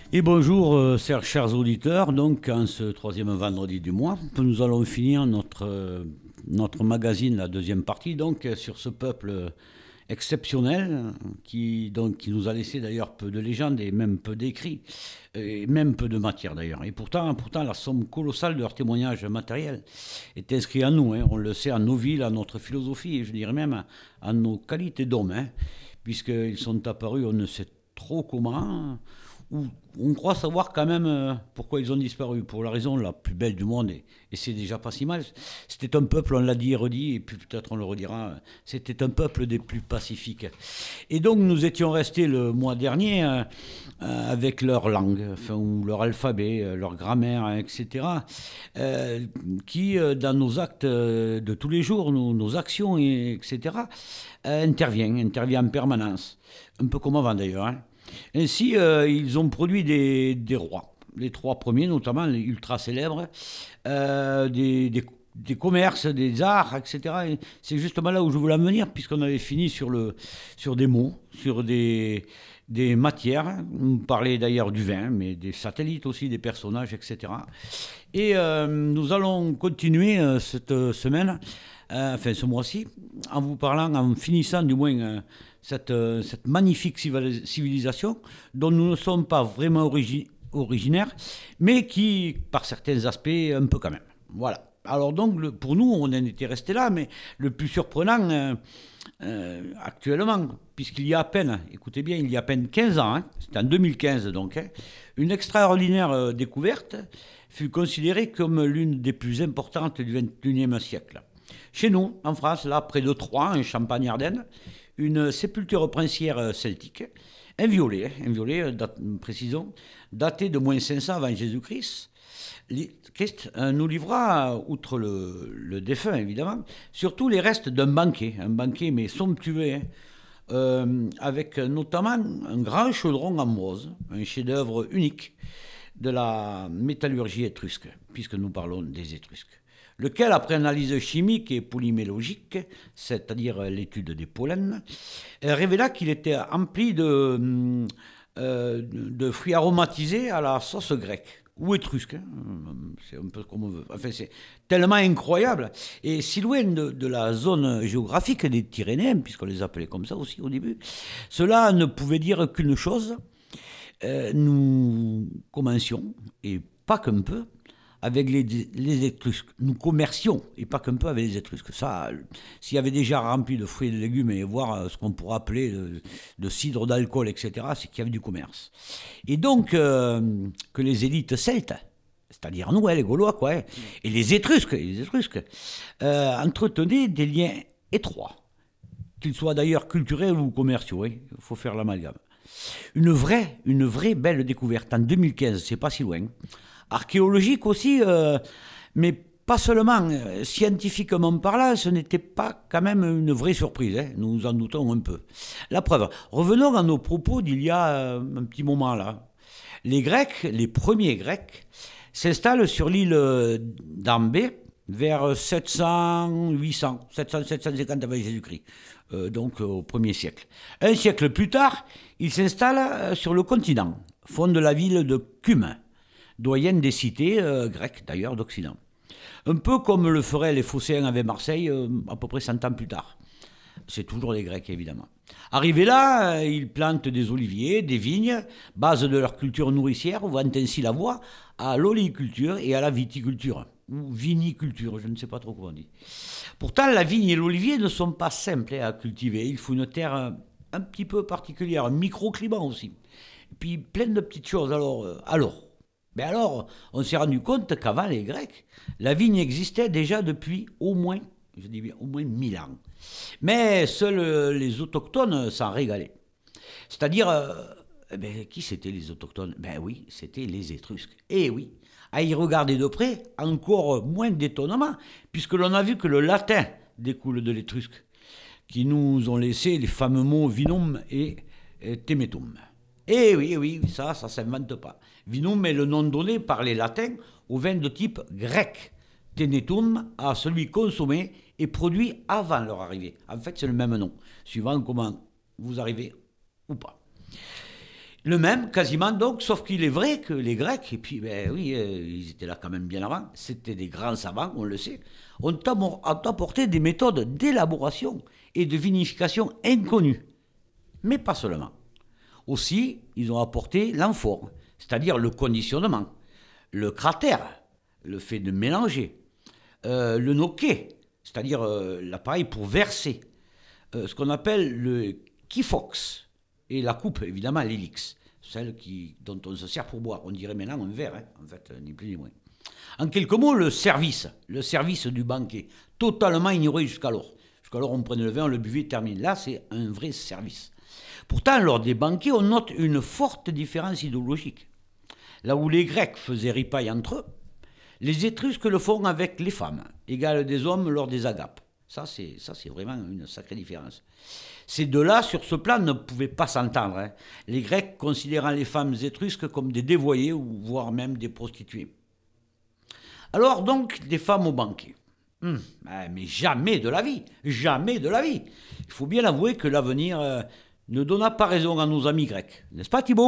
Et bonjour, chers auditeurs. Donc, en ce troisième vendredi du mois, nous allons finir notre magazine, la deuxième partie, donc, sur ce peuple exceptionnel qui nous a laissé d'ailleurs peu de légendes et même peu d'écrits, et même peu de matière d'ailleurs. Et pourtant, la somme colossale de leurs témoignages matériels est inscrite en nous, hein. On le sait, à nos villes, à notre philosophie, et je dirais même à nos qualités d'hommes, hein, puisqu'ils sont apparus, on ne sait trop comment, où on croit savoir quand même pourquoi ils ont disparu, pour la raison la plus belle du monde, et c'est déjà pas si mal. C'était un peuple, on l'a dit et redit, et puis peut-être on le redira, c'était un peuple des plus pacifiques. Et donc nous étions restés le mois dernier avec leur langue, enfin, ou leur alphabet, leur grammaire, etc., dans nos actes de tous les jours, nos actions, etc., intervient en permanence. Un peu comme avant d'ailleurs, hein. Ainsi, ils ont produit des rois. Les trois premiers, notamment les ultra célèbres, des commerces, des arts, etc. Et c'est justement là où je voulais en venir, puisqu'on avait fini sur des mots, sur des matières. On parlait d'ailleurs du vin, mais des satellites aussi, des personnages, etc. Et nous allons continuer cette semaine, enfin ce mois-ci, en vous parlant, en finissant du moins cette magnifique civilisation dont nous ne sommes pas vraiment originaires, mais qui, par certains aspects, un peu quand même. Voilà. Alors donc, pour nous, on en était resté là, mais le plus surprenant actuellement, puisqu'il y a à peine, écoutez bien, il y a à peine 15 ans, hein, c'était en 2015 donc, hein, une extraordinaire découverte fut considérée comme l'une des plus importantes du XXIe siècle. Chez nous, en France, là, près de Troyes, en Champagne-Ardenne, une sépulture princière celtique, un violet, précisons, daté de moins 500 avant Jésus-Christ. Christ nous livra, outre le défunt évidemment, surtout les restes d'un banquet, un banquet mais somptueux, hein, avec notamment un grand chaudron en bronze, un chef-d'œuvre unique de la métallurgie étrusque, puisque nous parlons des Étrusques, lequel, après analyse chimique et polymélogique, c'est-à-dire l'étude des pollens, révéla qu'il était empli de fruits aromatisés à la sauce grecque ou étrusque, hein. C'est un peu comme on veut. Enfin, c'est tellement incroyable. Et si loin de la zone géographique des Pyrénées, puisqu'on les appelait comme ça aussi au début, cela ne pouvait dire qu'une chose. Nous commencions, et pas qu'un peu, avec les Étrusques. Nous commercions, et pas qu'un peu, avec les Étrusques. Ça, s'il y avait déjà rempli de fruits et de légumes, et voir ce qu'on pourrait appeler de cidre d'alcool, etc., c'est qu'il y avait du commerce. Et donc, que les élites celtes, c'est-à-dire nous, hein, les Gaulois, quoi, hein, et les Étrusques entretenaient des liens étroits, qu'ils soient d'ailleurs culturels ou commerciaux, hein. Il faut faire l'amalgame. Une vraie belle découverte en 2015, c'est pas si loin. Archéologique aussi, mais pas seulement. Scientifiquement parlant, ce n'était pas quand même une vraie surprise, hein, nous en doutons un peu. La preuve, revenons à nos propos d'il y a un petit moment là. Les Grecs, les premiers Grecs, s'installent sur l'île d'Ambé vers 700, 800, 700, 750 avant Jésus-Christ, donc au 1er siècle. Un siècle plus tard, ils s'installent sur le continent, fondent la ville de Cume, doyenne des cités grecques d'ailleurs d'Occident. Un peu comme le feraient les Phocéens avec Marseille à peu près 100 ans plus tard. C'est toujours les Grecs, évidemment. Arrivés là, ils plantent des oliviers, des vignes, base de leur culture nourricière, ouvrant ainsi la voie à l'oléiculture et à la viticulture, ou viniculture, je ne sais pas trop comment on dit. Pourtant, la vigne et l'olivier ne sont pas simples à cultiver. Il faut une terre un petit peu particulière, un microclimat aussi. Et puis, plein de petites choses. Alors, on s'est rendu compte qu'avant les Grecs, la vigne existait déjà depuis au moins, je dis bien, au moins 1000 ans. Mais seuls les autochtones s'en régalaient. C'est-à-dire, qui c'étaient les autochtones? Ben oui, c'était les Étrusques. Et oui, à y regarder de près, encore moins d'étonnement, puisque l'on a vu que le latin découle de l'étrusque, qui nous ont laissé les fameux mots vinum et temetum. Et oui, oui, ça s'invente pas. Vinum est le nom donné par les latins au vin de type grec. Tenetum à celui consommé et produit avant leur arrivée. En fait, c'est le même nom, suivant comment vous arrivez ou pas. Le même, quasiment donc, sauf qu'il est vrai que les Grecs, et puis ben oui, ils étaient là quand même bien avant, c'était des grands savants, on le sait, ont apporté des méthodes d'élaboration et de vinification inconnues. Mais pas seulement. Aussi, ils ont apporté l'amphore, c'est-à-dire le conditionnement, le cratère, le fait de mélanger, le noquet, c'est-à-dire l'appareil pour verser, ce qu'on appelle le kifox, et la coupe, évidemment, l'hélix, dont on se sert pour boire. On dirait maintenant un verre, hein, en fait, ni plus ni moins. En quelques mots, le service du banquet, totalement ignoré jusqu'alors. Jusqu'alors, on prenait le vin, on le buvait, terminé. Là, c'est un vrai service. Pourtant, lors des banquets, on note une forte différence idéologique. Là où les Grecs faisaient ripaille entre eux, les Étrusques le font avec les femmes, égales des hommes lors des agapes. Ça, c'est vraiment une sacrée différence. Ces deux-là, sur ce plan, ne pouvaient pas s'entendre, hein. Les Grecs considérant les femmes étrusques comme des dévoyées, ou voire même des prostituées. Alors donc, des femmes au banquet. Mais jamais de la vie, jamais de la vie. Il faut bien avouer que l'avenir ne donna pas raison à nos amis grecs. N'est-ce pas, Thibaut ?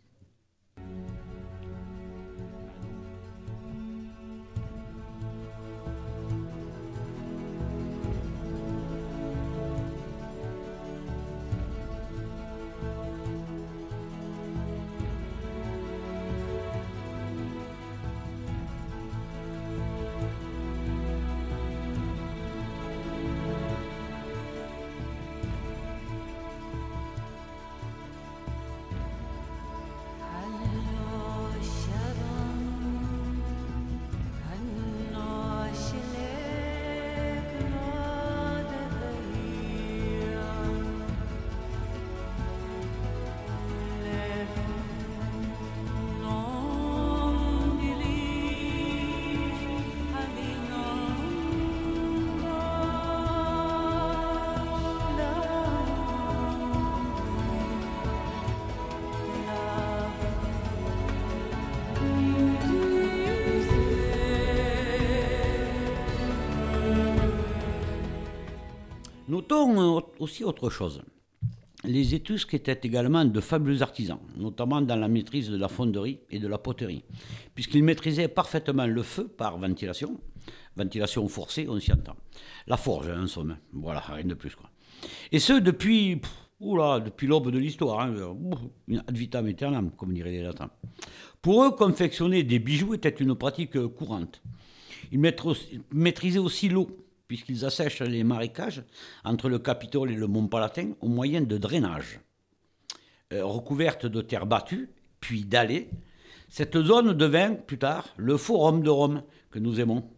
Notons aussi autre chose. Les Étrusques étaient également de fabuleux artisans, notamment dans la maîtrise de la fonderie et de la poterie, puisqu'ils maîtrisaient parfaitement le feu par ventilation forcée, on s'y entend. La forge, en somme, voilà, rien de plus, quoi. Et ce, depuis l'aube de l'histoire, hein, ad vitam aeternam, comme diraient les latins. Pour eux, confectionner des bijoux était une pratique courante. Ils maîtrisaient aussi l'eau, puisqu'ils assèchent les marécages entre le Capitole et le Mont Palatin au moyen de drainage. Recouverte de terre battue, puis dallée, cette zone devint, plus tard, le Forum de Rome, que nous aimons.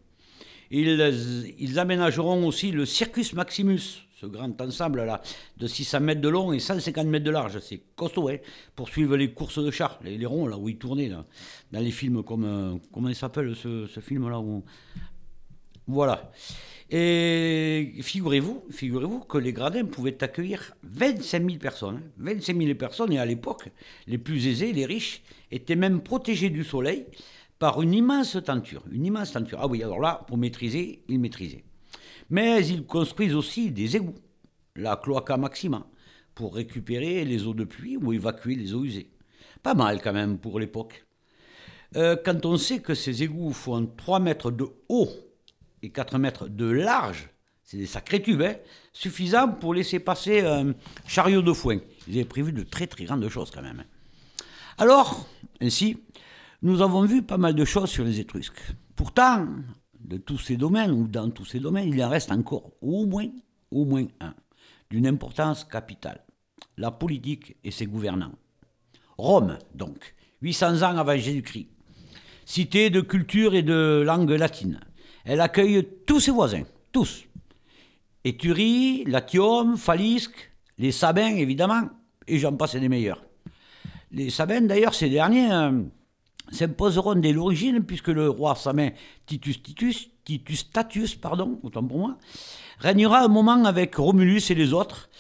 Ils aménageront aussi le Circus Maximus, ce grand ensemble-là, de 600 mètres de long et 150 mètres de large. C'est costaud, hein, pour suivre les courses de chars, les ronds, là, où ils tournaient, là, dans les films comme... comment il s'appelle, ce film-là où... Voilà. Et figurez-vous que les gradins pouvaient accueillir 25 000 personnes. Hein. 25 000 personnes, et à l'époque, les plus aisés, les riches, étaient même protégés du soleil par une immense tenture. Ah oui, alors là, pour maîtriser, ils maîtrisaient. Mais ils construisent aussi des égouts, la cloaca maxima, pour récupérer les eaux de pluie ou évacuer les eaux usées. Pas mal quand même pour l'époque. Quand on sait que ces égouts font 3 mètres de haut et 4 mètres de large, c'est des sacrés tubes, hein, suffisant pour laisser passer un chariot de foin. Ils avaient prévu de très très grandes choses quand même. Alors, ainsi, nous avons vu pas mal de choses sur les Étrusques. Pourtant, de tous ces domaines, ou dans tous ces domaines, il en reste encore au moins un, d'une importance capitale. La politique et ses gouvernants. Rome, donc, 800 ans avant Jésus-Christ. Cité de culture et de langue latine. Elle accueille tous ses voisins, tous. Éthurie, Latium, Falisque, les Sabins, évidemment, et j'en passe des meilleurs. Les Sabins, d'ailleurs, ces derniers s'imposeront dès l'origine, puisque le roi sabin Titus Statius, autant pour moi, régnera un moment avec Romulus et les autres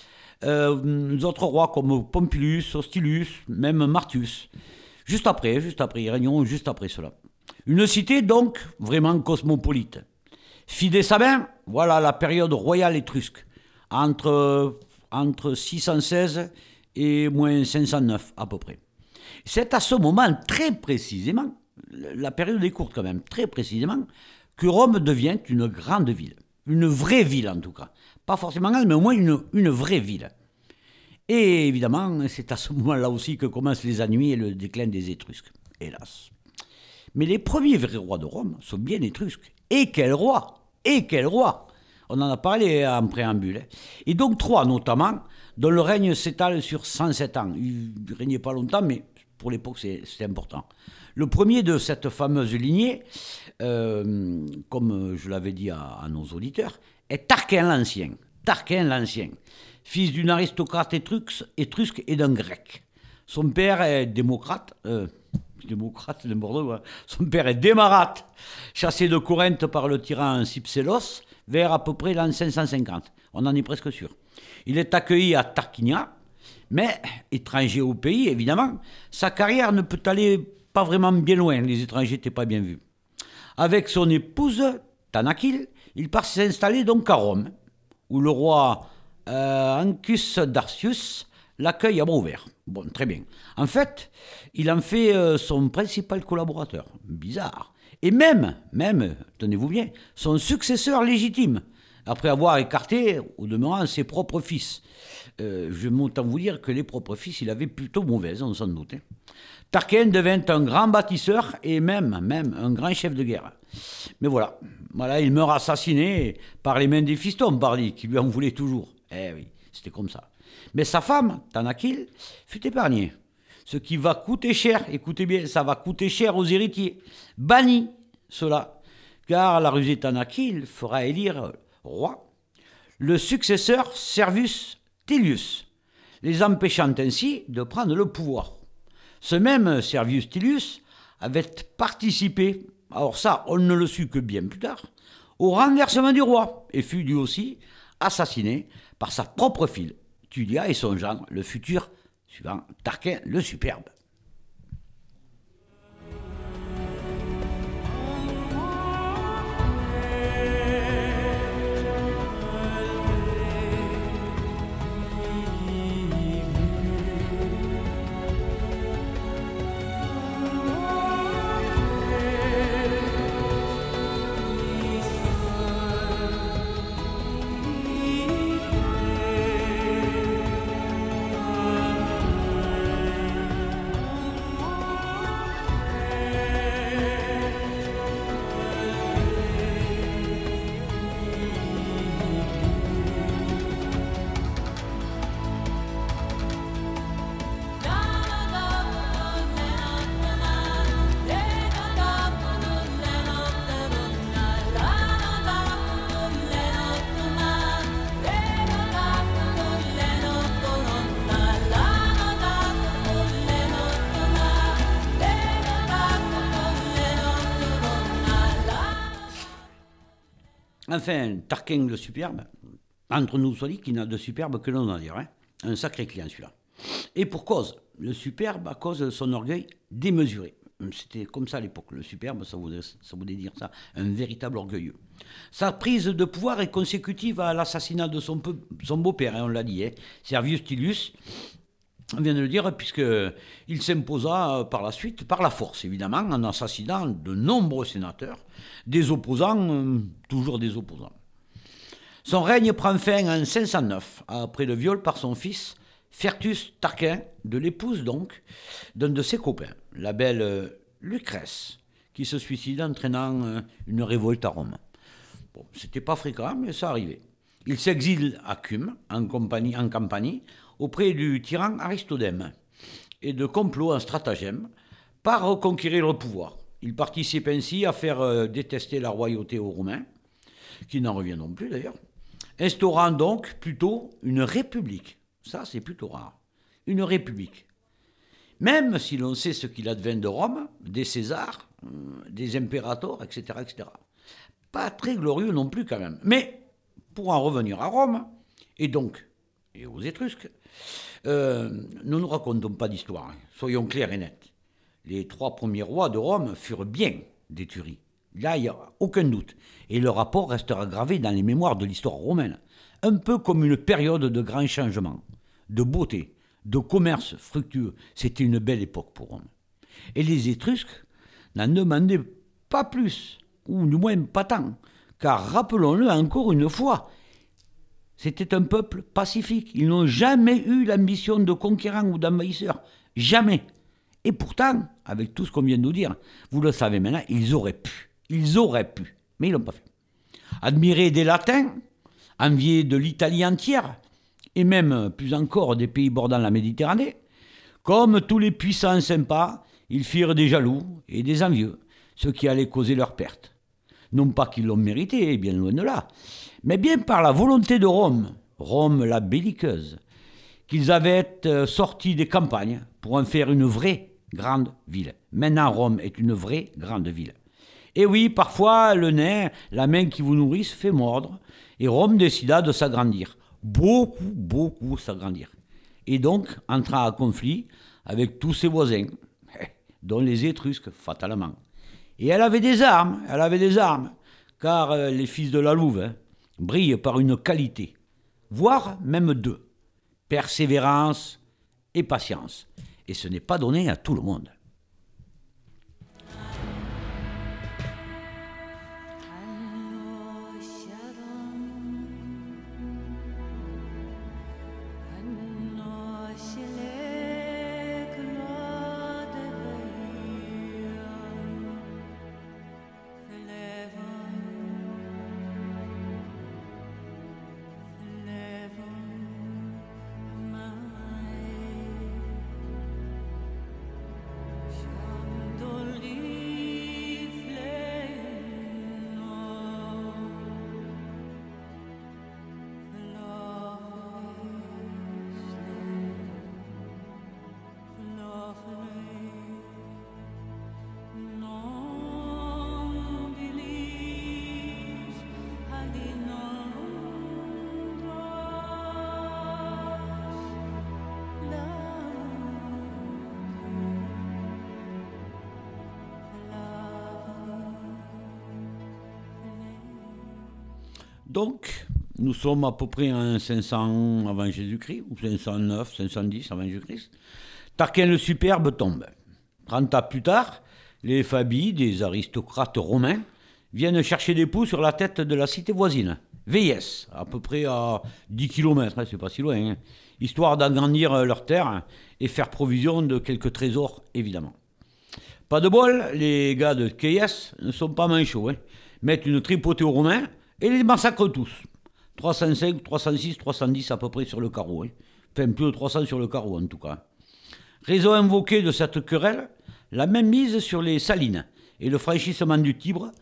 rois comme Pompilius, Hostilius, même Martius. Juste après, ils régneront juste après cela. Une cité donc vraiment cosmopolite. Fille des Sabins, voilà la période royale étrusque, entre 616 et moins 509 à peu près. C'est à ce moment, très précisément, la période est courte quand même, très précisément, que Rome devient une grande ville. Une vraie ville en tout cas. Pas forcément grande, mais au moins une vraie ville. Et évidemment, c'est à ce moment-là aussi que commencent les ennuis et le déclin des Étrusques, hélas. Mais les premiers vrais rois de Rome sont bien Étrusques. Et quel roi! Et quel roi! On en a parlé en préambule. Et donc trois notamment, dont le règne s'étale sur 107 ans. Il ne régnait pas longtemps, mais pour l'époque c'est important. Le premier de cette fameuse lignée, comme je l'avais dit à nos auditeurs, est Tarquin l'Ancien. Tarquin l'Ancien, fils d'une aristocrate étrusque et d'un grec. Son père est démocrate, son père est démarate, chassé de Corinthe par le tyran Cypsélos vers à peu près l'an 550. On en est presque sûr. Il est accueilli à Tarquinia, mais étranger au pays, évidemment, sa carrière ne peut aller pas vraiment bien loin. Les étrangers n'étaient pas bien vus. Avec son épouse, Tanakil, il part s'installer donc à Rome, où le roi Ancus Darcius l'accueille à bras ouverts. Bon, très bien. En fait, il en fait son principal collaborateur. Bizarre. Et même, tenez-vous bien, son successeur légitime, après avoir écarté, au demeurant, ses propres fils. Je vais autant vous dire que les propres fils, il avait plutôt mauvaise, on s'en doutait. Tarquin devint un grand bâtisseur et même un grand chef de guerre. Mais voilà, il meurt assassiné par les mains des fistons, pardi, qui lui en voulaient toujours. Eh oui, c'était comme ça. Mais sa femme, Tanakil, fut épargnée. Ce qui va coûter cher, écoutez bien, ça va coûter cher aux héritiers. Banni, cela, car la rusée Tanakil fera élire roi le successeur Servius Tullius, les empêchant ainsi de prendre le pouvoir. Ce même Servius Tullius avait participé, alors ça, on ne le sut que bien plus tard, au renversement du roi, et fut lui aussi assassiné par sa propre fille, Tullia, et son gendre, le futur suivant Tarquin le Superbe. Enfin, Tarquin le Superbe, entre nous soit dit, qui n'a de superbe que l'on a à dire. Hein. Un sacré client celui-là. Et pour cause, le Superbe à cause de son orgueil démesuré. C'était comme ça à l'époque. Le Superbe, ça voulait dire ça, un véritable orgueilleux. Sa prise de pouvoir est consécutive à l'assassinat de son beau-père, hein, on l'a dit, hein, Servius Tullius. On vient de le dire, puisqu'il s'imposa par la suite, par la force évidemment, en assassinant de nombreux sénateurs, des opposants, toujours des opposants. Son règne prend fin en 509, après le viol par son fils, Fertus Tarquin, de l'épouse donc, d'un de ses copains, la belle Lucrèce, qui se suicide entraînant une révolte à Rome. Bon, c'était pas fréquent, mais ça arrivait. Il s'exile à Cume, en Campanie, auprès du tyran Aristodème, et de complots en stratagème, par reconquérir le pouvoir. Il participe ainsi à faire détester la royauté aux Romains, qui n'en reviendront plus d'ailleurs, instaurant donc plutôt une république. Ça, c'est plutôt rare. Une république. Même si l'on sait ce qu'il advint de Rome, des Césars, des impérators, etc., etc. Pas très glorieux non plus quand même. Mais, pour en revenir à Rome, et aux Étrusques, ne nous racontons pas d'histoire. Soyons clairs et nets. Les 3 premiers rois de Rome furent bien des tueries. Là, il n'y a aucun doute. Et le rapport restera gravé dans les mémoires de l'histoire romaine. Un peu comme une période de grands changements, de beauté, de commerce fructueux. C'était une belle époque pour Rome. Et les Étrusques n'en demandaient pas plus, ou du moins pas tant, car rappelons-le encore une fois, c'était un peuple pacifique. Ils n'ont jamais eu l'ambition de conquérant ou d'envahisseur. Jamais. Et pourtant, avec tout ce qu'on vient de nous dire, vous le savez maintenant, ils auraient pu. Ils auraient pu. Mais ils ne l'ont pas fait. Admirer des Latins, envier de l'Italie entière, et même plus encore des pays bordant la Méditerranée, comme tous les puissants sympas, ils firent des jaloux et des envieux, ce qui allait causer leur perte. Non pas qu'ils l'ont mérité, bien loin de là, mais bien par la volonté de Rome, Rome la belliqueuse, qu'ils avaient sorti des campagnes pour en faire une vraie grande ville. Maintenant, Rome est une vraie grande ville. Et oui, parfois, le nez, la main qui vous nourrit se fait mordre, et Rome décida de s'agrandir. Beaucoup s'agrandir. Et donc, entra en conflit avec tous ses voisins, dont les Étrusques, fatalement. Et elle avait des armes, car les fils de la Louve brillent par une qualité, voire même deux, persévérance et patience. Et ce n'est pas donné à tout le monde. Donc, nous sommes à peu près en 500 avant Jésus-Christ, ou 509, 510 avant Jésus-Christ. Tarquin le Superbe tombe. 30 ans plus tard, les Fabii, des aristocrates romains, viennent chercher des poux sur la tête de la cité voisine, Véies, à peu près à 10 km, c'est pas si loin, histoire d'agrandir leurs terres et faire provision de quelques trésors, évidemment. Pas de bol, les gars de Véies ne sont pas manchots, mettent une tripotée aux Romains, et les massacrent tous. 305, 306, 310 à peu près sur le carreau. Enfin, plus de 300 sur le carreau en tout cas. Raison invoquée de cette querelle, la même mise sur les Salines et le franchissement du Tibre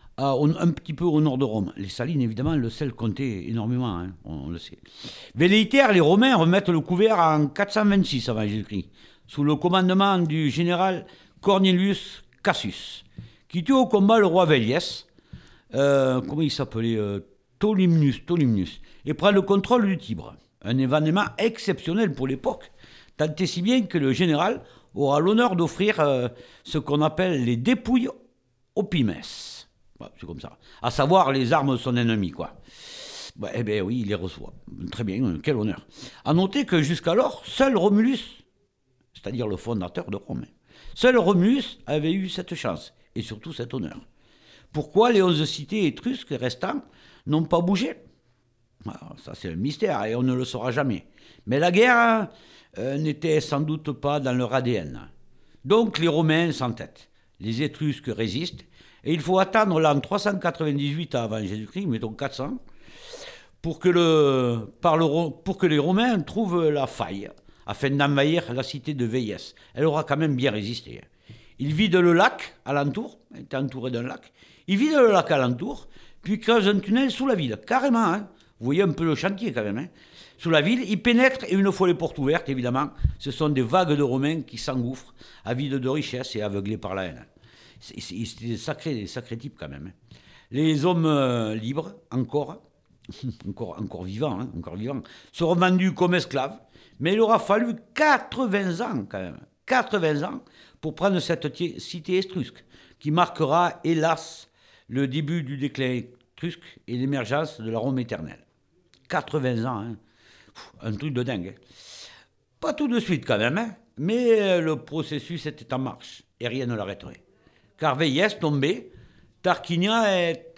un petit peu au nord de Rome. Les Salines, évidemment, le sel comptait énormément, on le sait. Velléitaires, les Romains remettent le couvert en 426 avant Jésus-Christ, sous le commandement du général Cornelius Cassius, qui tue au combat le roi Véliès, comment il s'appelait Tolumnius, et prend le contrôle du Tibre. Un événement exceptionnel pour l'époque, tant et si bien que le général aura l'honneur d'offrir ce qu'on appelle les dépouilles aux Pimes. Ouais, c'est comme ça. À savoir les armes de son ennemi, quoi. Ouais, eh bien oui, il les reçoit. Très bien, quel honneur. À noter que jusqu'alors, seul Romulus, c'est-à-dire le fondateur de Rome, seul Romulus avait eu cette chance, et surtout cet honneur. Pourquoi les 11 cités étrusques restants n'ont pas bougé? Alors, ça, c'est un mystère et on ne le saura jamais. Mais la guerre n'était sans doute pas dans leur ADN. Donc les Romains s'entêtent. Les Étrusques résistent. Et il faut attendre l'an 398 avant Jésus-Christ, mettons 400, pour que les Romains trouvent la faille afin d'envahir la cité de Véies. Elle aura quand même bien résisté. Ils vident le lac alentour, il était entouré d'un lac. Ils vident le lac alentour, puis creusent un tunnel sous la ville, carrément. Vous voyez un peu le chantier quand même. Sous la ville, ils pénètrent et une fois les portes ouvertes, évidemment, ce sont des vagues de Romains qui s'engouffrent, avides de richesse et aveuglés par la haine. C'est des sacrés types quand même. Les hommes libres, encore vivants, encore vivants, seront vendus comme esclaves, mais il aura fallu 80 ans quand même, 80 ans pour prendre cette cité étrusque, qui marquera, hélas, le début du déclin étrusque et l'émergence de la Rome éternelle. 80 ans, un truc de dingue. Pas tout de suite quand même, hein, mais le processus était en marche et rien ne l'arrêterait. Car Veillès tombait, Tarquinia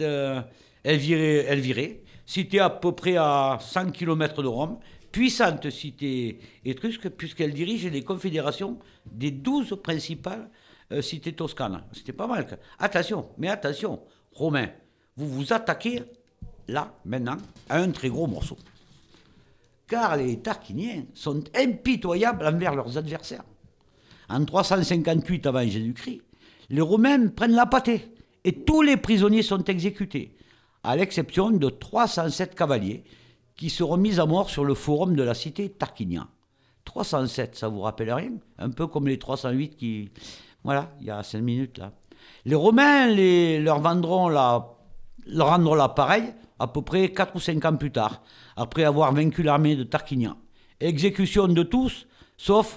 Elvirée, cité à peu près à 100 km de Rome, puissante cité étrusque puisqu'elle dirige les confédérations des 12 principales cités toscanes. C'était pas mal. Attention, mais attention, Romains, vous vous attaquez là, maintenant, à un très gros morceau. Car les Tarquiniens sont impitoyables envers leurs adversaires. En 358 avant Jésus-Christ, les Romains prennent la pâtée et tous les prisonniers sont exécutés, à l'exception de 307 cavaliers qui seront mis à mort sur le forum de la cité Tarquinia. 307, ça vous rappelle rien? Un peu comme les 308 qui... Voilà, il y a 5 minutes là. Les Romains leur rendront l'appareil à peu près 4 ou 5 ans plus tard, après avoir vaincu l'armée de Tarquinia. Exécution de tous, sauf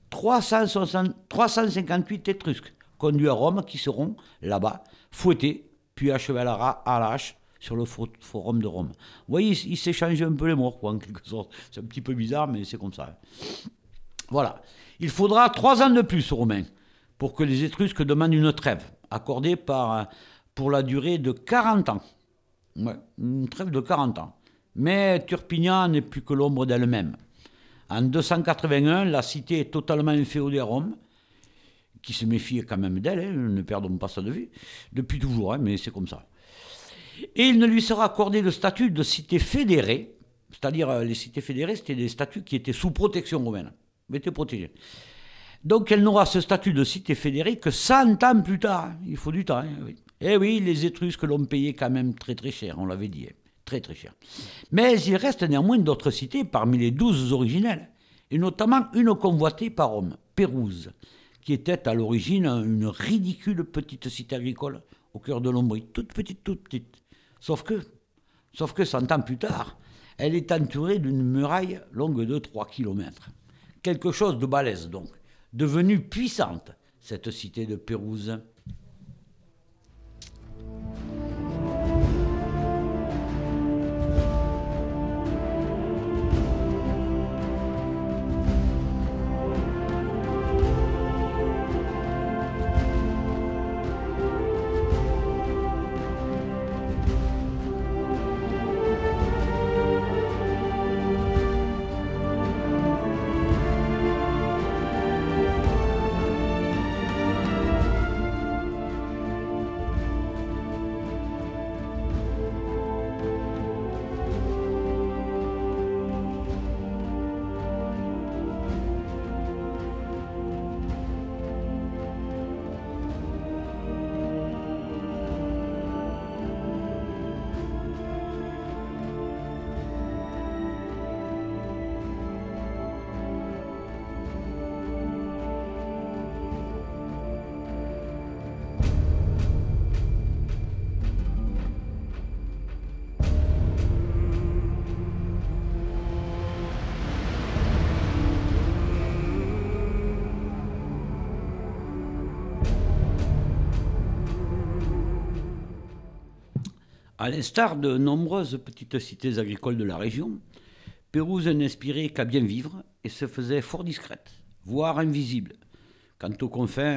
358 Étrusques, conduits à Rome, qui seront, là-bas, fouettés, puis achevés à la hache sur le forum de Rome. Vous voyez, ils s'échangent un peu les morts, quoi, en quelque sorte. C'est un petit peu bizarre, mais c'est comme ça. Voilà. Il faudra 3 ans de plus aux Romains pour que les Étrusques demandent une trêve, accordée pour la durée de 40 ans. Ouais, une trêve de 40 ans. Mais Turpinna n'est plus que l'ombre d'elle-même. En 281, la cité est totalement inféodée à Rome, qui se méfie quand même d'elle, hein, ne perdons pas ça de vue, depuis toujours, hein, mais c'est comme ça. Et il ne lui sera accordé le statut de cité fédérée, c'est-à-dire les cités fédérées, c'était des statuts qui étaient sous protection romaine, mais étaient protégés. Donc elle n'aura ce statut de cité fédérée que 100 ans plus tard. Hein. Il faut du temps. Hein, oui. Et oui, les Étrusques l'ont payé quand même très très cher, on l'avait dit. Hein. Très très cher. Mais il reste néanmoins d'autres cités parmi les 12 originelles, et notamment une convoitée par Rome, Pérouse, qui était à l'origine une ridicule petite cité agricole au cœur de l'Ombrie, toute petite, toute petite. Sauf que 100 ans plus tard, elle est entourée d'une muraille longue de 3 km. Quelque chose de balèze donc, devenue puissante, cette cité de Pérouse. À l'instar de nombreuses petites cités agricoles de la région, Pérouse n'inspirait qu'à bien vivre et se faisait fort discrète, voire invisible. Quant au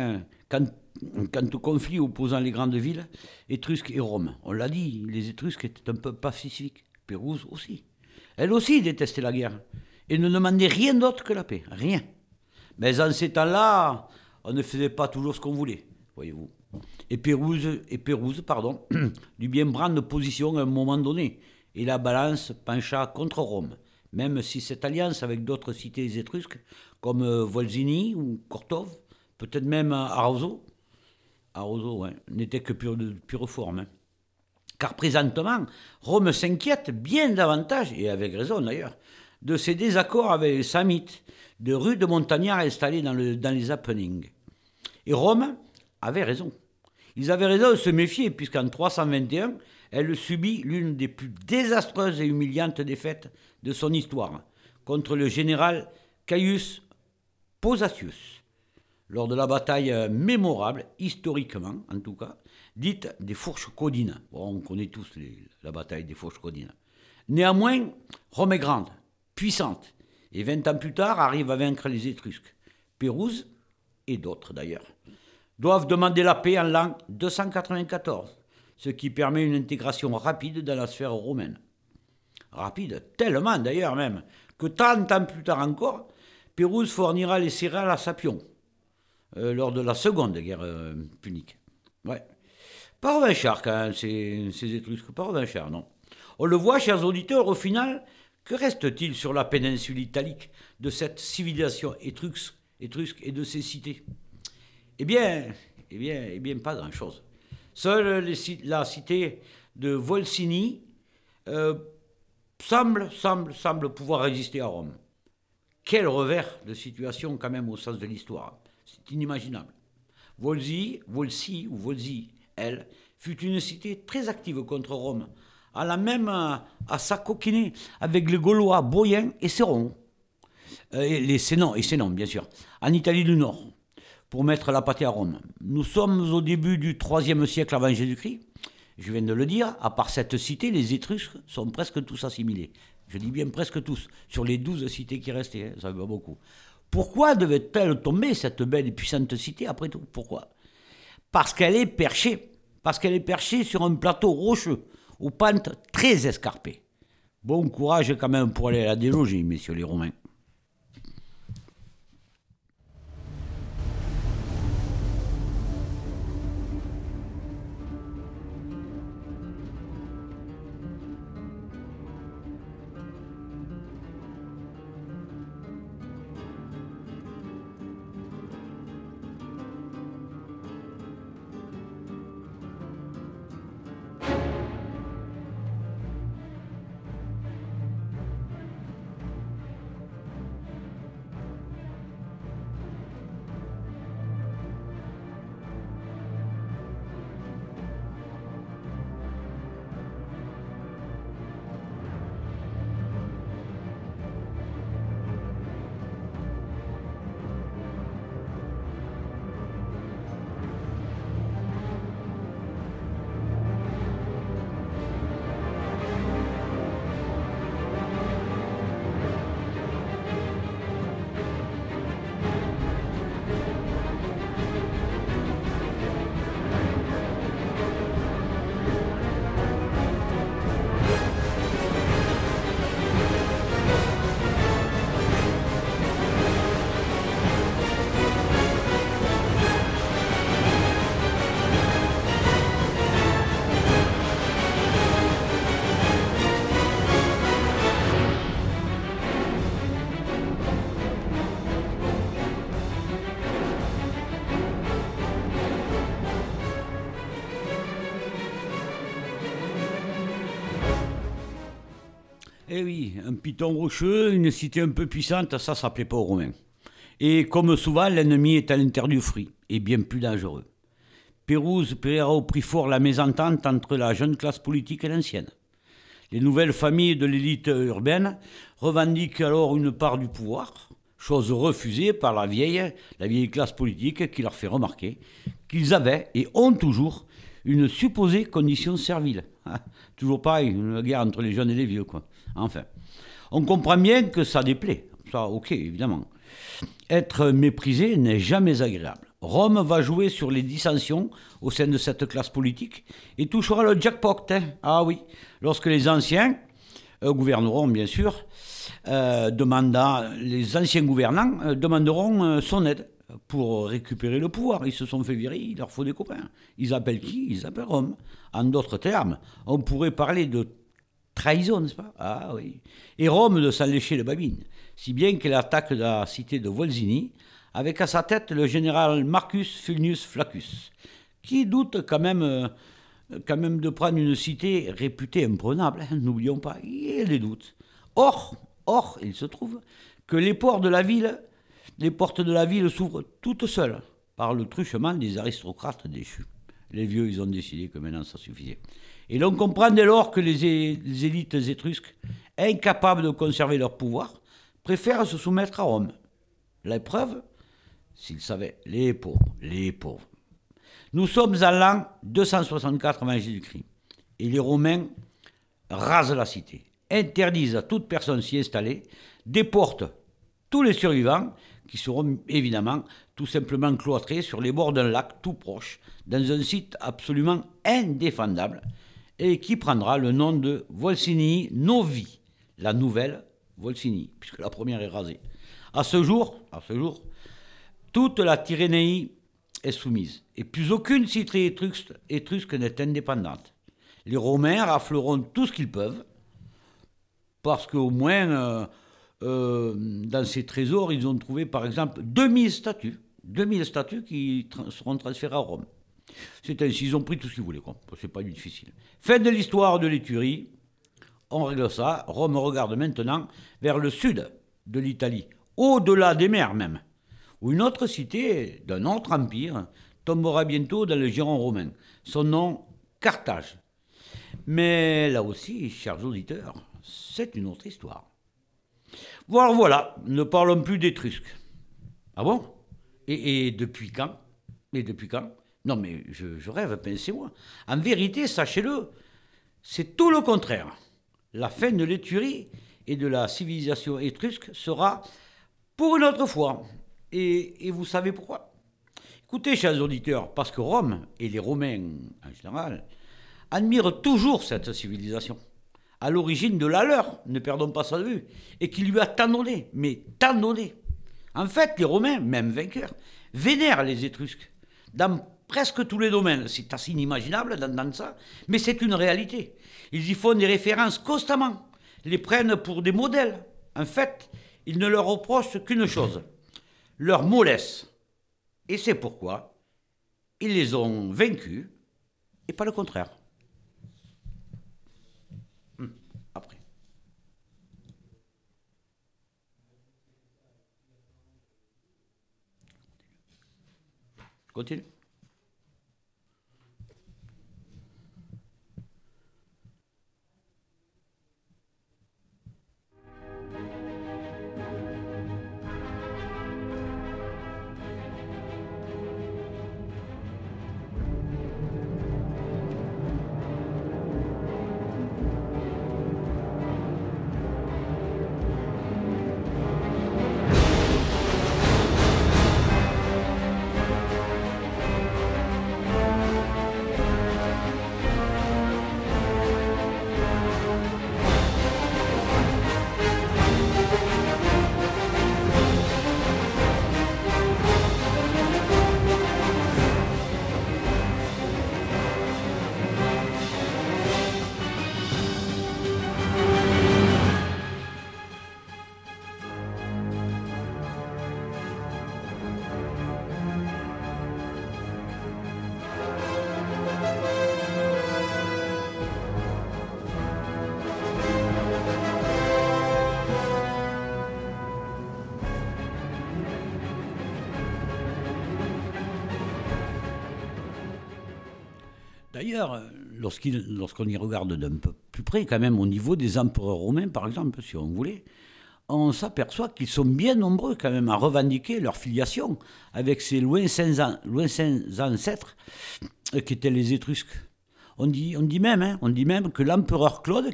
conflit opposant les grandes villes, Étrusques et Rome, on l'a dit, les Étrusques étaient un peu pacifiques, Pérouse aussi. Elle aussi détestait la guerre et ne demandait rien d'autre que la paix, rien. Mais en ces temps-là, on ne faisait pas toujours ce qu'on voulait, voyez-vous. Et Pérouse, dut bien prendre position à un moment donné, et la balance pencha contre Rome, même si cette alliance avec d'autres cités étrusques, comme Volsini ou Cortove, peut-être même Arezzo, ouais, n'était que pure forme. Hein. Car présentement, Rome s'inquiète bien davantage, et avec raison d'ailleurs, de ses désaccords avec les Samnites, de rudes montagnards installés dans les Apennines. Et Rome avait raison. Ils avaient raison de se méfier, puisqu'en 321, elle subit l'une des plus désastreuses et humiliantes défaites de son histoire, contre le général Caius Pausanias, lors de la bataille mémorable, historiquement en tout cas, dite des Fourches Caudines. Bon, on connaît tous la bataille des Fourches Caudines. Néanmoins, Rome est grande, puissante, Et 20 ans plus tard, arrivent à vaincre les Étrusques. Pérouse, et d'autres d'ailleurs, doivent demander la paix en l'an 294, ce qui permet une intégration rapide dans la sphère romaine. Rapide, tellement d'ailleurs même, que 30 ans plus tard encore, Pérouse fournira les céréales à Sapion, lors de la seconde guerre punique. Ouais. Pas revanchard quand même, ces Étrusques, pas revanchard, non. On le voit, chers auditeurs, au final, que reste-t-il sur la péninsule italique de cette civilisation étrusque et de ses cités? Eh bien, pas grand-chose. Seule la cité de Volsini semble pouvoir résister à Rome. Quel revers de situation quand même au sens de l'histoire. C'est inimaginable. Volsi, elle, fut une cité très active contre Rome, allant même à s'acoquiner avec les Gaulois Boïens et Séron, et Sénons, bien sûr, en Italie du Nord, pour mettre la pâtée à Rome. Nous sommes au début du IIIe siècle avant Jésus-Christ. Je viens de le dire, à part cette cité, les Étrusques sont presque tous assimilés. Je dis bien presque tous, sur les 12 cités qui restaient, ça va beaucoup. Pourquoi devait-elle tomber, cette belle et puissante cité, après tout? Pourquoi? Parce qu'elle est perchée sur un plateau rocheux, aux pentes très escarpées. Bon courage quand même pour aller la déloger, messieurs les Romains. Eh oui, un piton rocheux, une cité un peu puissante, ça plaît pas aux Romains. Et comme souvent, l'ennemi est à l'intérieur du fruit, et bien plus dangereux. Pérouse paiera au prix fort la mésentente entre la jeune classe politique et l'ancienne. Les nouvelles familles de l'élite urbaine revendiquent alors une part du pouvoir, chose refusée par la vieille classe politique qui leur fait remarquer qu'ils avaient et ont toujours une supposée condition servile. Toujours pareil, une guerre entre les jeunes et les vieux, quoi. Enfin, on comprend bien que ça déplaît. Ça, ok, évidemment. Être méprisé n'est jamais agréable. Rome va jouer sur les dissensions au sein de cette classe politique et touchera le jackpot. Ah oui, lorsque les anciens gouverneront, bien sûr, les anciens gouvernants demanderont son aide pour récupérer le pouvoir. Ils se sont fait virer, il leur faut des copains. Ils appellent qui? Ils appellent Rome. En d'autres termes, on pourrait parler de trahison, n'est-ce pas? Ah oui. Et Rome de s'en lécher le babine, si bien qu'elle attaque la cité de Volsini, avec à sa tête le général Marcus Fulnius Flaccus, qui doute quand même de prendre une cité réputée imprenable, hein, n'oublions pas, il y a des doutes. Or, il se trouve que les portes de la ville s'ouvrent toutes seules par le truchement des aristocrates déchus. Les vieux, ils ont décidé que maintenant ça suffisait. Et l'on comprend dès lors que les élites étrusques, incapables de conserver leur pouvoir, préfèrent se soumettre à Rome. La preuve, s'ils savaient, les pauvres. Nous sommes en l'an 264 avant Jésus-Christ. Et les Romains rasent la cité, interdisent à toute personne s'y installer, déportent tous les survivants qui seront évidemment tout simplement cloîtrés sur les bords d'un lac tout proche, dans un site absolument indéfendable, et qui prendra le nom de Volsinii Novi, la nouvelle Volsinii, puisque la première est rasée. À ce jour, toute la Tyrénéie est soumise, et plus aucune cité étrusque n'est indépendante. Les Romains rafleront tout ce qu'ils peuvent, parce qu'au moins, dans ces trésors, ils ont trouvé par exemple 2000 statues qui seront transférées à Rome. C'est ainsi, ils ont pris tout ce qu'ils voulaient, quoi. C'est pas difficile. Fin de l'histoire de l'Étrurie, on règle ça. Rome regarde maintenant vers le sud de l'Italie, au-delà des mers même, où une autre cité d'un autre empire tombera bientôt dans le giron romain. Son nom, Carthage. Mais là aussi, chers auditeurs, c'est une autre histoire. Voilà, ne parlons plus d'Étrusques. Ah bon ? Et depuis quand ? Non mais je rêve, pensez-moi. En vérité, sachez-le, c'est tout le contraire. La fin de l'Étrurie et de la civilisation étrusque sera pour une autre fois. Et vous savez pourquoi ? Écoutez, chers auditeurs, parce que Rome et les Romains en général admirent toujours cette civilisation, à l'origine de la leur, ne perdons pas ça de vue, et qui lui a tant donné, mais tant donné. En fait, les Romains, même vainqueurs, vénèrent les Étrusques dans presque tous les domaines. C'est assez inimaginable d'entendre ça, mais c'est une réalité. Ils y font des références constamment, les prennent pour des modèles. En fait, ils ne leur reprochent qu'une chose, leur mollesse. Et c'est pourquoi ils les ont vaincus, et pas le contraire. Après. Continue. D'ailleurs, lorsqu'on y regarde d'un peu plus près, quand même, au niveau des empereurs romains, par exemple, si on voulait, on s'aperçoit qu'ils sont bien nombreux, quand même, à revendiquer leur filiation avec ces lointains ancêtres qui étaient les Étrusques. On dit même que l'empereur Claude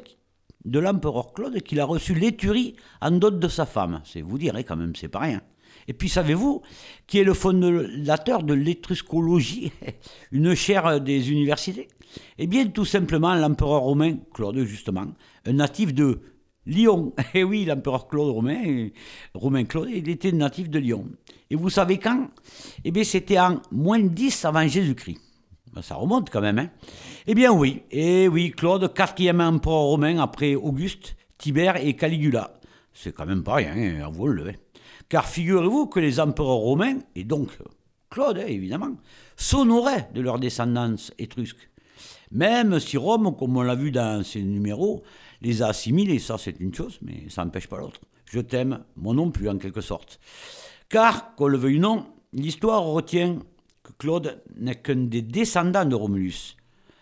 qu'il a reçu l'Étrurie en dot de sa femme. C'est vous dire, quand même, c'est pas rien. Et puis, savez-vous qui est le fondateur de l'étruscologie, une chaire des universités ? Eh bien, tout simplement, l'empereur romain Claude, justement, un natif de Lyon. Eh oui, l'empereur Romain Claude, il était natif de Lyon. Et vous savez quand ? Eh bien, c'était en moins 10 avant Jésus-Christ. Ça remonte quand même, hein ? Eh bien, oui. Et oui, Claude, quatrième empereur romain après Auguste, Tibère et Caligula. C'est quand même pas rien, avouez-le. Car figurez-vous que les empereurs romains, et donc Claude évidemment, s'honoraient de leur descendance étrusque. Même si Rome, comme on l'a vu dans ces numéros, les a assimilés, ça c'est une chose, mais ça n'empêche pas l'autre. Je t'aime, moi non plus en quelque sorte. Car, qu'on le veuille ou non, l'histoire retient que Claude n'est qu'un des descendants de Romulus.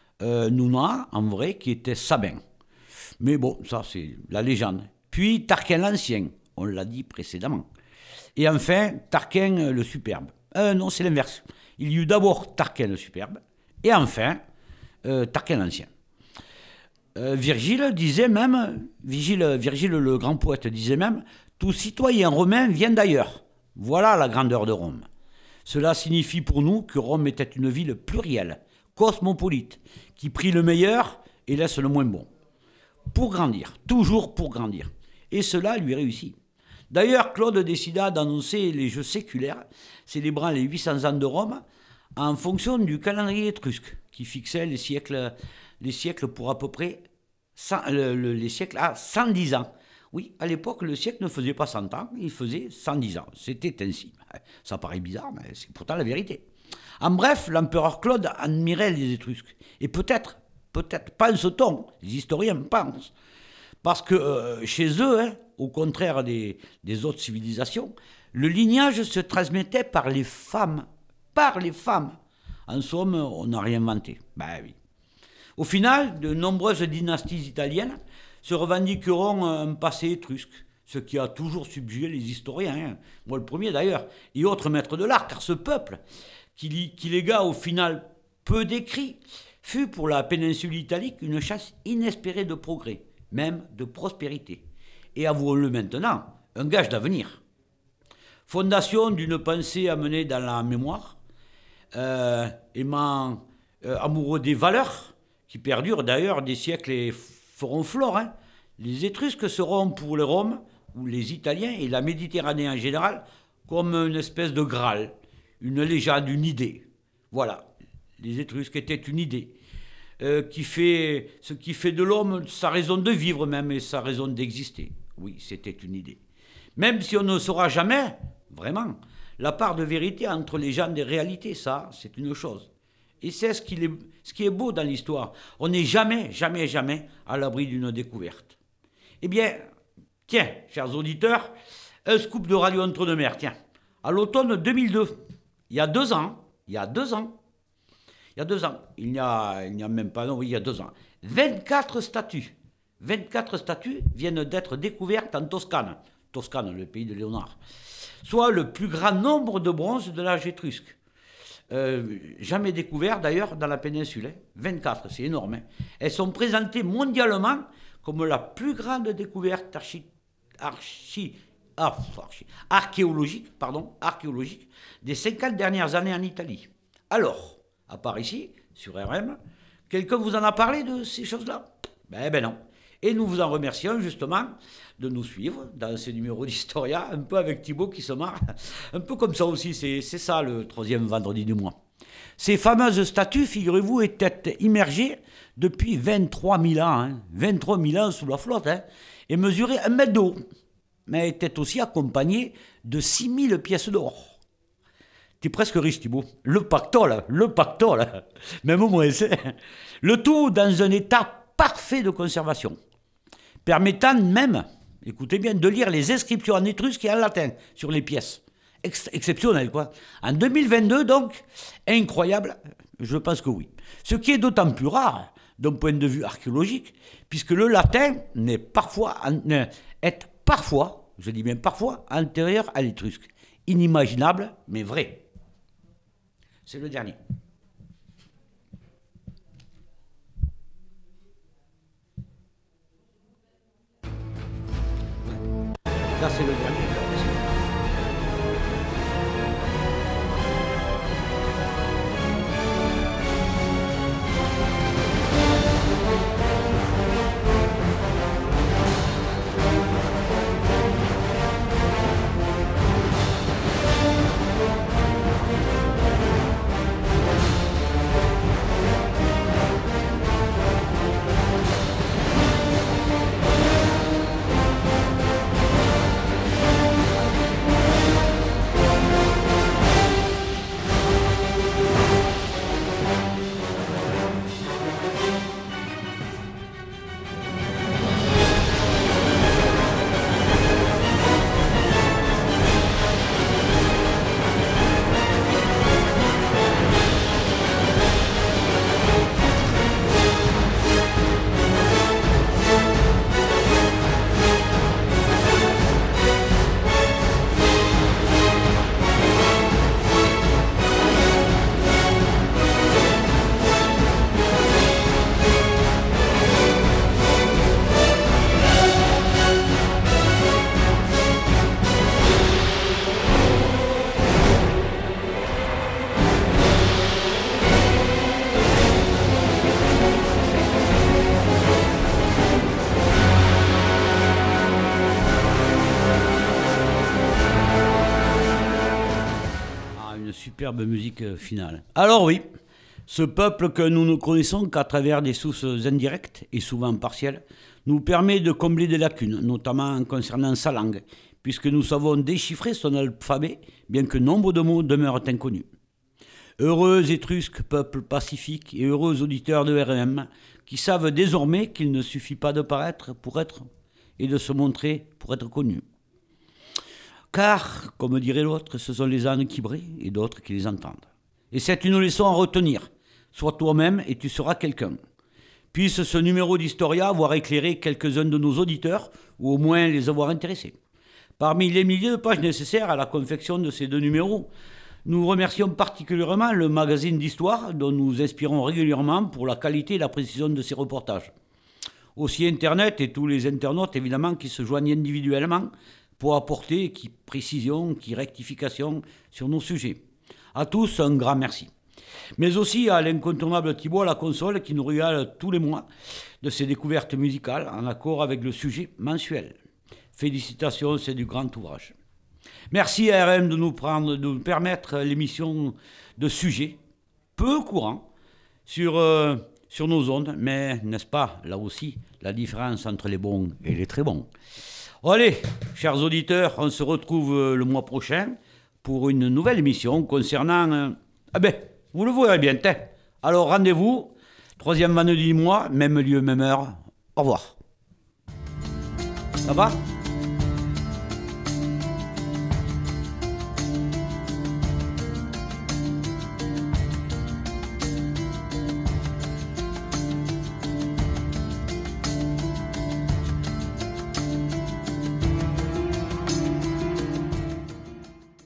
Nouna, en vrai, qui était sabin. Mais bon, ça c'est la légende. Puis Tarquin l'Ancien, on l'a dit précédemment. Et enfin, Tarquin le Superbe. Non, c'est l'inverse. Il y eut d'abord Tarquin le Superbe, et enfin, Tarquin l'Ancien. Virgile le grand poète, disait même « Tout citoyen romain vient d'ailleurs. Voilà la grandeur de Rome. Cela signifie pour nous que Rome était une ville plurielle, cosmopolite, qui prit le meilleur et laisse le moins bon. Pour grandir, toujours pour grandir. Et cela lui réussit. D'ailleurs, Claude décida d'annoncer les Jeux séculaires, célébrant les 800 ans de Rome, en fonction du calendrier étrusque, qui fixait les siècles pour à peu près les siècles à 110 ans. Oui, à l'époque, le siècle ne faisait pas 100 ans, il faisait 110 ans. C'était ainsi. Ça paraît bizarre, mais c'est pourtant la vérité. En bref, l'empereur Claude admirait les Étrusques. Et peut-être, pense-t-on, les historiens pensent, parce que chez eux, au contraire des autres civilisations, le lignage se transmettait par les femmes. Par les femmes. En somme, on n'a rien inventé. Ben oui. Au final, de nombreuses dynasties italiennes se revendiqueront un passé étrusque, ce qui a toujours subjugué les historiens, moi le premier d'ailleurs, et autres maîtres de l'art, car ce peuple, qui légua au final peu d'écrits, fut pour la péninsule italique une chasse inespérée de progrès, même de prospérité, et avouons-le maintenant, un gage d'avenir. Fondation d'une pensée amenée dans la mémoire, aimant, amoureux des valeurs, qui perdurent d'ailleurs des siècles et feront flore. Les Étrusques seront pour les Roms, ou les Italiens, et la Méditerranée en général, comme une espèce de Graal, une légende, une idée. Voilà, les Étrusques étaient une idée, ce qui fait de l'homme sa raison de vivre même, et sa raison d'exister. Oui, c'était une idée. Même si on ne saura jamais, vraiment, la part de vérité entre les gens des réalités, ça, c'est une chose. Et c'est ce qui est beau dans l'histoire. On n'est jamais, jamais, jamais à l'abri d'une découverte. Eh bien, tiens, chers auditeurs, un scoop de Radio Entre-deux-Mers, tiens. À l'automne 2002, il y a 2 ans, il y a 2 ans, il n'y a même pas, non, oui, il y a 2 ans, 24 statues viennent d'être découvertes en Toscane. Toscane, le pays de Léonard. Soit le plus grand nombre de bronzes de l'âge étrusque. Jamais découvert d'ailleurs dans la péninsule. 24, c'est énorme. Elles sont présentées mondialement comme la plus grande découverte archéologique des 50 dernières années en Italie. Alors, à part ici, sur RM, quelqu'un vous en a parlé de ces choses-là ? Ben non. Et nous vous en remercions justement de nous suivre dans ce numéro d'Historia, un peu avec Thibaut qui se marre, un peu comme ça aussi, c'est ça le 3e vendredi du mois. Ces fameuses statues, figurez-vous, étaient immergées depuis 23 000 ans, 23 000 ans sous la flotte, et mesuraient 1 mètre d'eau, mais étaient aussi accompagnées de 6 000 pièces d'or. T'es presque riche, Thibaut. Le pactole, même au moins, le tout dans un état parfait de conservation, permettant même, écoutez bien, de lire les inscriptions en étrusque et en latin sur les pièces. Exceptionnel, quoi. En 2022, donc, incroyable, je pense que oui. Ce qui est d'autant plus rare, d'un point de vue archéologique, puisque le latin est parfois, je dis bien parfois, antérieur à l'étrusque. Inimaginable, mais vrai. C'est le dernier. Là, c'est le dernier. superbe musique finale. Alors oui, ce peuple que nous ne connaissons qu'à travers des sources indirectes et souvent partielles nous permet de combler des lacunes, notamment concernant sa langue, puisque nous savons déchiffrer son alphabet, bien que nombre de mots demeurent inconnus. Heureux Étrusques, peuple pacifique, et heureux auditeurs de RM, qui savent désormais qu'il ne suffit pas de paraître pour être, et de se montrer pour être connu. Car, comme dirait l'autre, ce sont les ânes qui brillent et d'autres qui les entendent. Et c'est une leçon à retenir. Sois toi-même et tu seras quelqu'un. Puisse ce numéro d'Historia avoir éclairé quelques-uns de nos auditeurs, ou au moins les avoir intéressés. Parmi les milliers de pages nécessaires à la confection de ces 2 numéros, nous remercions particulièrement le magazine d'histoire dont nous inspirons régulièrement pour la qualité et la précision de ses reportages. Aussi Internet et tous les internautes évidemment qui se joignent individuellement pour apporter qui précision, qui rectification sur nos sujets. À tous, un grand merci. Mais aussi à l'incontournable Thibaut à la console qui nous régale tous les mois de ses découvertes musicales en accord avec le sujet mensuel. Félicitations, c'est du grand ouvrage. Merci à RM de nous permettre l'émission de sujets peu courants sur nos ondes, mais n'est-ce pas, là aussi, la différence entre les bons et les très bons. Allez, chers auditeurs, on se retrouve le mois prochain pour une nouvelle émission concernant... vous le verrez bien, Alors rendez-vous, 3e vendredi du mois, même lieu, même heure. Au revoir. Ça va ?